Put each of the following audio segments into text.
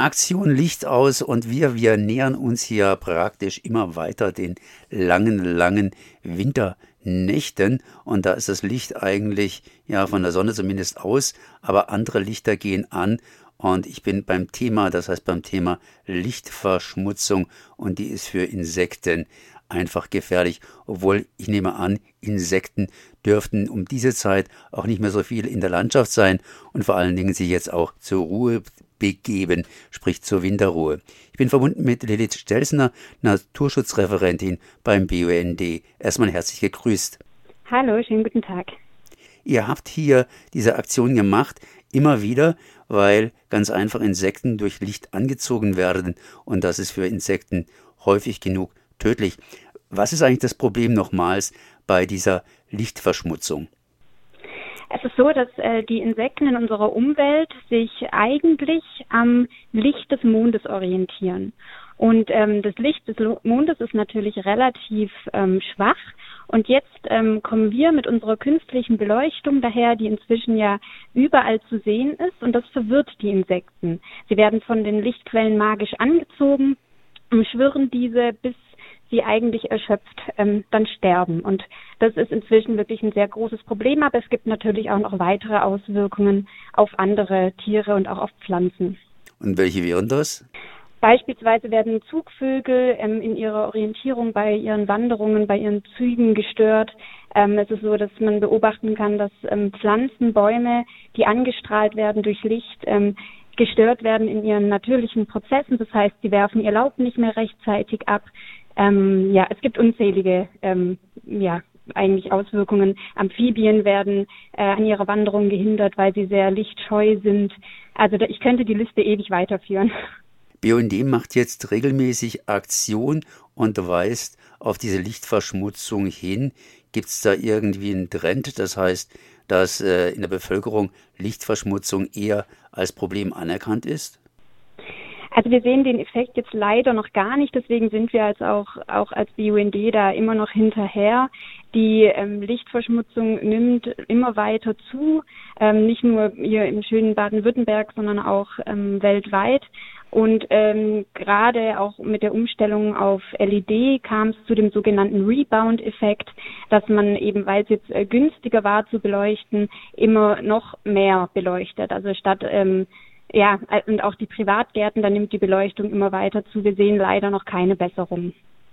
Aktion Licht aus und wir nähern uns hier praktisch immer weiter den langen Winternächten und da ist das Licht eigentlich ja von der Sonne zumindest aus, aber andere Lichter gehen an und ich bin beim Thema, das heißt beim Thema Lichtverschmutzung und die ist für Insekten einfach gefährlich, obwohl ich nehme an, Insekten dürften um diese Zeit auch nicht mehr so viel in der Landschaft sein und vor allen Dingen sich jetzt auch zur Ruhe begeben, sprich zur Winterruhe. Ich bin verbunden mit Lilith Stelzner, Naturschutzreferentin beim BUND. Erstmal herzlich gegrüßt. Hallo, schönen guten Tag. Ihr habt hier diese Aktion gemacht, immer wieder, weil ganz einfach Insekten durch Licht angezogen werden und das ist für Insekten häufig genug tödlich. Was ist eigentlich das Problem nochmals bei dieser Lichtverschmutzung? Es ist so, dass die Insekten in unserer Umwelt sich eigentlich am Licht des Mondes orientieren. Und das Licht des Mondes ist natürlich relativ schwach. Und jetzt kommen wir mit unserer künstlichen Beleuchtung daher, die inzwischen ja überall zu sehen ist. Und das verwirrt die Insekten. Sie werden von den Lichtquellen magisch angezogen, umschwirren diese, bis sie eigentlich erschöpft dann sterben. Und das ist inzwischen wirklich ein sehr großes Problem, aber es gibt natürlich auch noch weitere Auswirkungen auf andere Tiere und auch auf Pflanzen. Und welche wären das? Beispielsweise werden Zugvögel in ihrer Orientierung bei ihren Wanderungen, bei ihren Zügen gestört. Es ist so, dass man beobachten kann, dass Pflanzen, Bäume, die angestrahlt werden durch Licht, gestört werden in ihren natürlichen Prozessen. Das heißt, sie werfen ihr Laub nicht mehr rechtzeitig ab. Es gibt unzählige eigentlich Auswirkungen. Amphibien werden an ihrer Wanderung gehindert, weil sie sehr lichtscheu sind. Also ich könnte die Liste ewig weiterführen. BUND macht jetzt regelmäßig Aktion und weist auf diese Lichtverschmutzung hin. Gibt es da irgendwie einen Trend? Das heißt, dass in der Bevölkerung Lichtverschmutzung eher als Problem anerkannt ist? Also wir sehen den Effekt jetzt leider noch gar nicht, deswegen sind wir auch als BUND da immer noch hinterher. Die Lichtverschmutzung nimmt immer weiter zu, nicht nur hier im schönen Baden-Württemberg, sondern auch weltweit. Und gerade auch mit der Umstellung auf LED kam es zu dem sogenannten Rebound-Effekt, dass man eben, weil es jetzt günstiger war zu beleuchten, immer noch mehr beleuchtet. Also statt und auch die Privatgärten, da nimmt die Beleuchtung immer weiter zu. Wir sehen leider noch keine Besserung.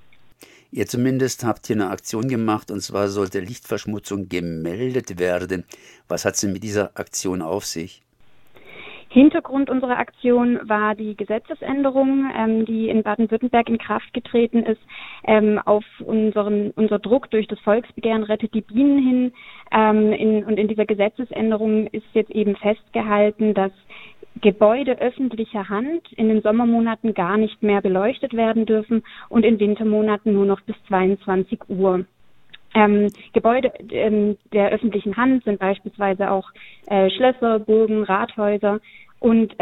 Ihr zumindest habt hier eine Aktion gemacht, und zwar sollte Lichtverschmutzung gemeldet werden. Was hat es denn mit dieser Aktion auf sich? Hintergrund unserer Aktion war die Gesetzesänderung, die in Baden-Württemberg in Kraft getreten ist, auf unser Druck durch das Volksbegehren Rettet die Bienen hin. In dieser Gesetzesänderung ist jetzt eben festgehalten, dass Gebäude öffentlicher Hand in den Sommermonaten gar nicht mehr beleuchtet werden dürfen und in Wintermonaten nur noch bis 22 Uhr. Gebäude der öffentlichen Hand sind beispielsweise auch Schlösser, Burgen, Rathäuser. Und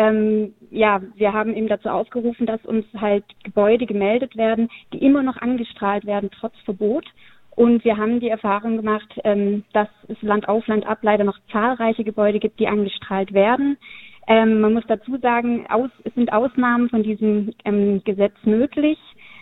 wir haben eben dazu aufgerufen, dass uns halt Gebäude gemeldet werden, die immer noch angestrahlt werden, trotz Verbot. Und wir haben die Erfahrung gemacht, dass es Land auf, Land ab leider noch zahlreiche Gebäude gibt, die angestrahlt werden. Man muss dazu sagen, es sind Ausnahmen von diesem Gesetz möglich.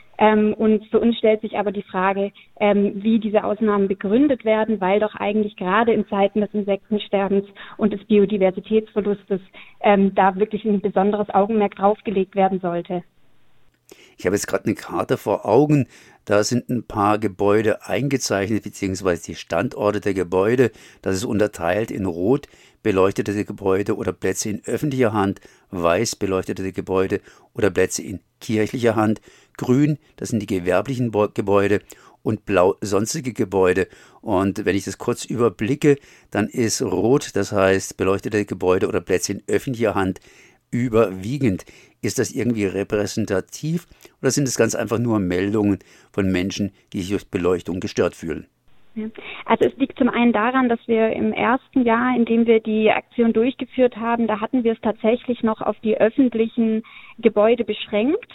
Und für uns stellt sich aber die Frage, wie diese Ausnahmen begründet werden, weil doch eigentlich gerade in Zeiten des Insektensterbens und des Biodiversitätsverlustes da wirklich ein besonderes Augenmerk draufgelegt werden sollte. Ich habe jetzt gerade eine Karte vor Augen, da sind ein paar Gebäude eingezeichnet, beziehungsweise die Standorte der Gebäude. Das ist unterteilt in rot beleuchtete Gebäude oder Plätze in öffentlicher Hand, weiß beleuchtete Gebäude oder Plätze in kirchlicher Hand, grün, das sind die gewerblichen Gebäude und blau sonstige Gebäude. Und wenn ich das kurz überblicke, dann ist rot, das heißt beleuchtete Gebäude oder Plätze in öffentlicher Hand, überwiegend. Ist das irgendwie repräsentativ oder sind es ganz einfach nur Meldungen von Menschen, die sich durch Beleuchtung gestört fühlen? Also es liegt zum einen daran, dass wir im ersten Jahr, in dem wir die Aktion durchgeführt haben, da hatten wir es tatsächlich noch auf die öffentlichen Gebäude beschränkt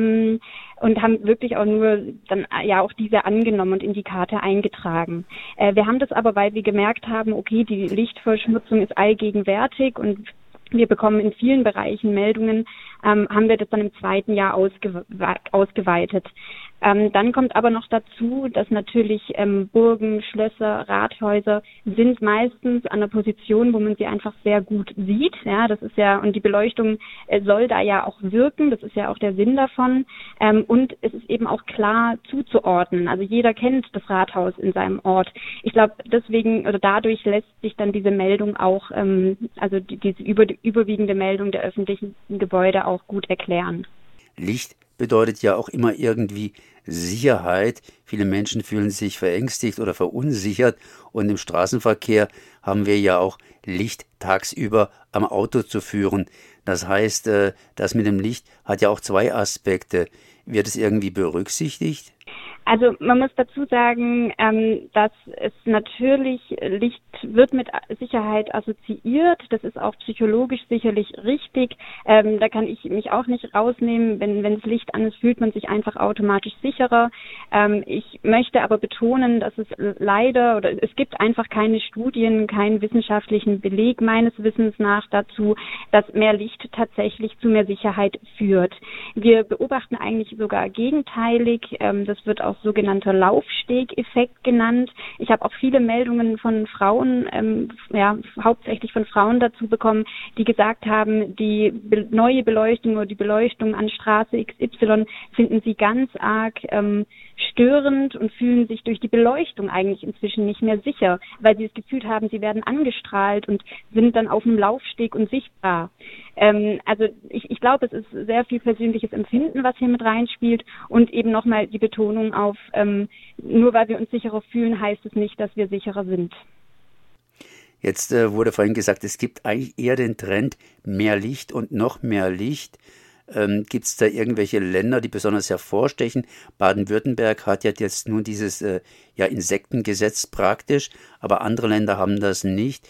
und haben wirklich auch nur dann auch diese angenommen und in die Karte eingetragen. Wir haben das aber, weil wir gemerkt haben, okay, die Lichtverschmutzung ist allgegenwärtig und wir bekommen in vielen Bereichen Meldungen, haben wir das dann im zweiten Jahr ausgeweitet. Dann kommt aber noch dazu, dass natürlich Burgen, Schlösser, Rathäuser sind meistens an einer Position, wo man sie einfach sehr gut sieht. Ja, das ist ja, und die Beleuchtung soll da ja auch wirken, das ist ja auch der Sinn davon. Und es ist eben auch klar zuzuordnen. Also jeder kennt das Rathaus in seinem Ort. Ich glaube, deswegen oder dadurch lässt sich dann diese Meldung auch, also diese überwiegende Meldung der öffentlichen Gebäude auch gut erklären. Licht bedeutet ja auch immer irgendwie Sicherheit. Viele Menschen fühlen sich verängstigt oder verunsichert und im Straßenverkehr haben wir ja auch Licht tagsüber am Auto zu führen. Das heißt, das mit dem Licht hat ja auch zwei Aspekte. Wird es irgendwie berücksichtigt? Also man muss dazu sagen, dass es natürlich, Licht wird mit Sicherheit assoziiert. Das ist auch psychologisch sicherlich richtig. Da kann ich mich auch nicht rausnehmen. Wenn das Licht an ist, fühlt man sich einfach automatisch sicherer. Ich möchte aber betonen, dass es leider oder es gibt einfach keine Studien, keinen wissenschaftlichen Beleg meines Wissens nach dazu, dass mehr Licht tatsächlich zu mehr Sicherheit führt. Wir beobachten eigentlich sogar gegenteilig. Das wird auch sogenannter Laufsteg-Effekt genannt. Ich habe auch viele Meldungen von Frauen, hauptsächlich von Frauen dazu bekommen, die gesagt haben, die neue Beleuchtung oder die Beleuchtung an Straße XY finden sie ganz arg störend und fühlen sich durch die Beleuchtung eigentlich inzwischen nicht mehr sicher, weil sie das Gefühl haben, sie werden angestrahlt und sind dann auf dem Laufsteg und sichtbar. Also ich glaube, es ist sehr viel persönliches Empfinden, was hier mit reinspielt und eben nochmal die Betonung auf, nur weil wir uns sicherer fühlen, heißt es nicht, dass wir sicherer sind. Jetzt wurde vorhin gesagt, es gibt eigentlich eher den Trend, mehr Licht und noch mehr Licht. Gibt es da irgendwelche Länder, die besonders hervorstechen? Baden-Württemberg hat ja jetzt nun dieses Insektengesetz praktisch, aber andere Länder haben das nicht.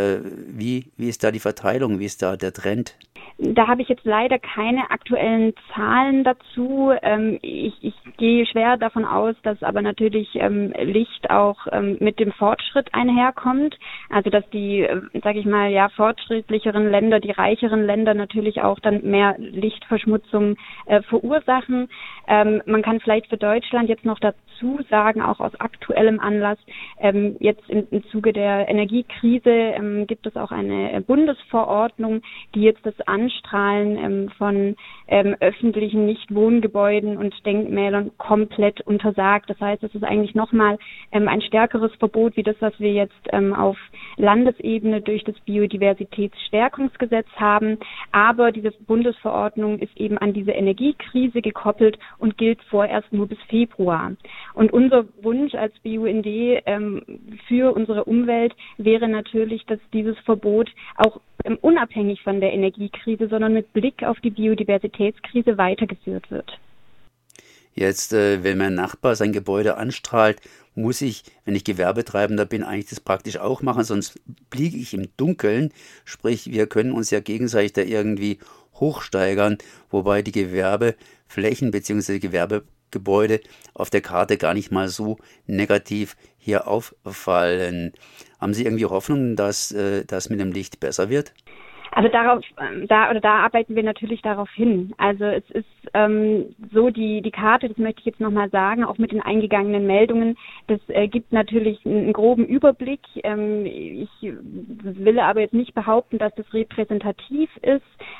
Wie ist da die Verteilung? Wie ist da der Trend? Da habe ich jetzt leider keine aktuellen Zahlen dazu. Ich gehe schwer davon aus, dass aber natürlich Licht auch mit dem Fortschritt einherkommt. Also dass die, fortschrittlicheren Länder, die reicheren Länder natürlich auch dann mehr Lichtverschmutzung verursachen. Man kann vielleicht für Deutschland jetzt noch dazu sagen, auch aus aktuellem Anlass, jetzt im Zuge der Energiekrise gibt es auch eine Bundesverordnung, die jetzt das Anstrahlen von öffentlichen Nichtwohngebäuden und Denkmälern komplett untersagt. Das heißt, es ist eigentlich nochmal ein stärkeres Verbot, wie das, was wir jetzt auf Landesebene durch das Biodiversitätsstärkungsgesetz haben. Aber diese Bundesverordnung ist eben an diese Energiekrise gekoppelt und gilt vorerst nur bis Februar. Und unser Wunsch als BUND für unsere Umwelt wäre natürlich, dass dieses Verbot auch unabhängig von der Energiekrise, sondern mit Blick auf die Biodiversitätskrise weitergeführt wird. Jetzt, wenn mein Nachbar sein Gebäude anstrahlt, muss ich, wenn ich Gewerbetreibender bin, eigentlich das praktisch auch machen, sonst fliege ich im Dunkeln. Sprich, wir können uns ja gegenseitig da irgendwie hochsteigern, wobei die Gewerbeflächen bzw. Gewerbegebäude auf der Karte gar nicht mal so negativ hier auffallen. Haben Sie irgendwie Hoffnung, dass das mit dem Licht besser wird? Also da arbeiten wir natürlich darauf hin. Also es ist so die Karte, das möchte ich jetzt nochmal sagen, auch mit den eingegangenen Meldungen, das gibt natürlich einen groben Überblick. Ich will aber jetzt nicht behaupten, dass das repräsentativ ist.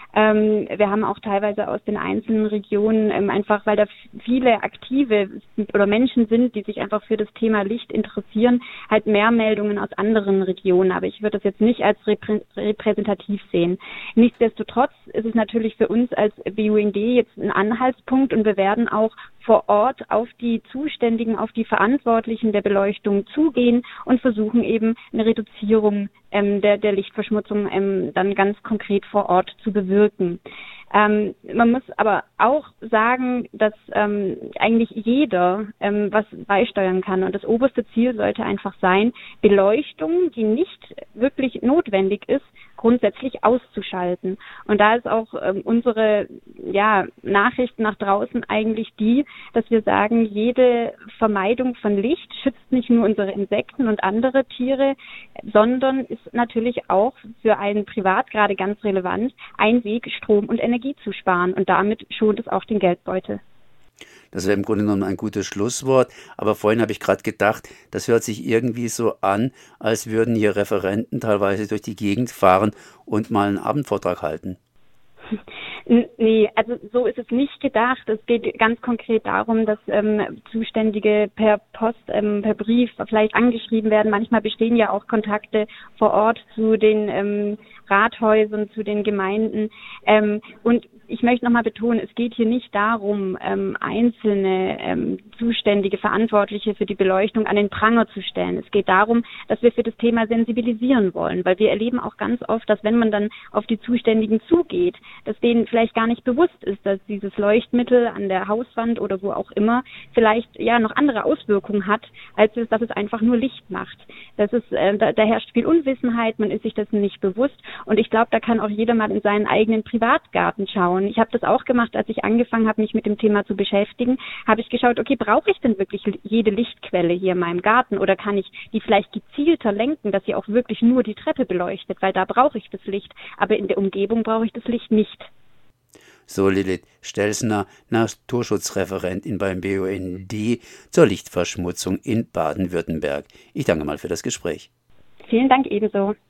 Wir haben auch teilweise aus den einzelnen Regionen einfach, weil da viele Aktive oder Menschen sind, die sich einfach für das Thema Licht interessieren, halt mehr Meldungen aus anderen Regionen. Aber ich würde das jetzt nicht als repräsentativ sehen. Nichtsdestotrotz ist es natürlich für uns als BUND jetzt ein Anhaltspunkt und wir werden auch vor Ort auf die Zuständigen, auf die Verantwortlichen der Beleuchtung zugehen und versuchen eben eine Reduzierung der Lichtverschmutzung dann ganz konkret vor Ort zu bewirken. Man muss aber auch sagen, dass eigentlich jeder was beisteuern kann. Und das oberste Ziel sollte einfach sein, Beleuchtung, die nicht wirklich notwendig ist, grundsätzlich auszuschalten. Und da ist auch unsere Nachricht nach draußen eigentlich die, dass wir sagen, jede Vermeidung von Licht schützt nicht nur unsere Insekten und andere Tiere, sondern ist natürlich auch für einen privat gerade ganz relevant, ein Weg, Strom und Energie zu sparen. Und damit schont es auch den Geldbeutel. Das wäre im Grunde genommen ein gutes Schlusswort. Aber vorhin habe ich gerade gedacht, das hört sich irgendwie so an, als würden hier Referenten teilweise durch die Gegend fahren und mal einen Abendvortrag halten. Nee, also so ist es nicht gedacht. Es geht ganz konkret darum, dass Zuständige per Post, per Brief vielleicht angeschrieben werden. Manchmal bestehen ja auch Kontakte vor Ort zu den Rathäusern, zu den Gemeinden. Und ich möchte nochmal betonen, es geht hier nicht darum, einzelne Zuständige, Verantwortliche für die Beleuchtung an den Pranger zu stellen. Es geht darum, dass wir für das Thema sensibilisieren wollen, weil wir erleben auch ganz oft, dass wenn man dann auf die Zuständigen zugeht, dass denen vielleicht gar nicht bewusst ist, dass dieses Leuchtmittel an der Hauswand oder wo auch immer vielleicht noch andere Auswirkungen hat, als dass es einfach nur Licht macht. Das ist, da herrscht viel Unwissenheit, man ist sich dessen nicht bewusst und ich glaube, da kann auch jeder mal in seinen eigenen Privatgarten schauen. Ich habe das auch gemacht, als ich angefangen habe, mich mit dem Thema zu beschäftigen, habe ich geschaut, okay, brauche ich denn wirklich jede Lichtquelle hier in meinem Garten oder kann ich die vielleicht gezielter lenken, dass sie auch wirklich nur die Treppe beleuchtet, weil da brauche ich das Licht, aber in der Umgebung brauche ich das Licht nicht. So Lilith Stelzner, Naturschutzreferentin beim BUND zur Lichtverschmutzung in Baden-Württemberg. Ich danke mal für das Gespräch. Vielen Dank ebenso.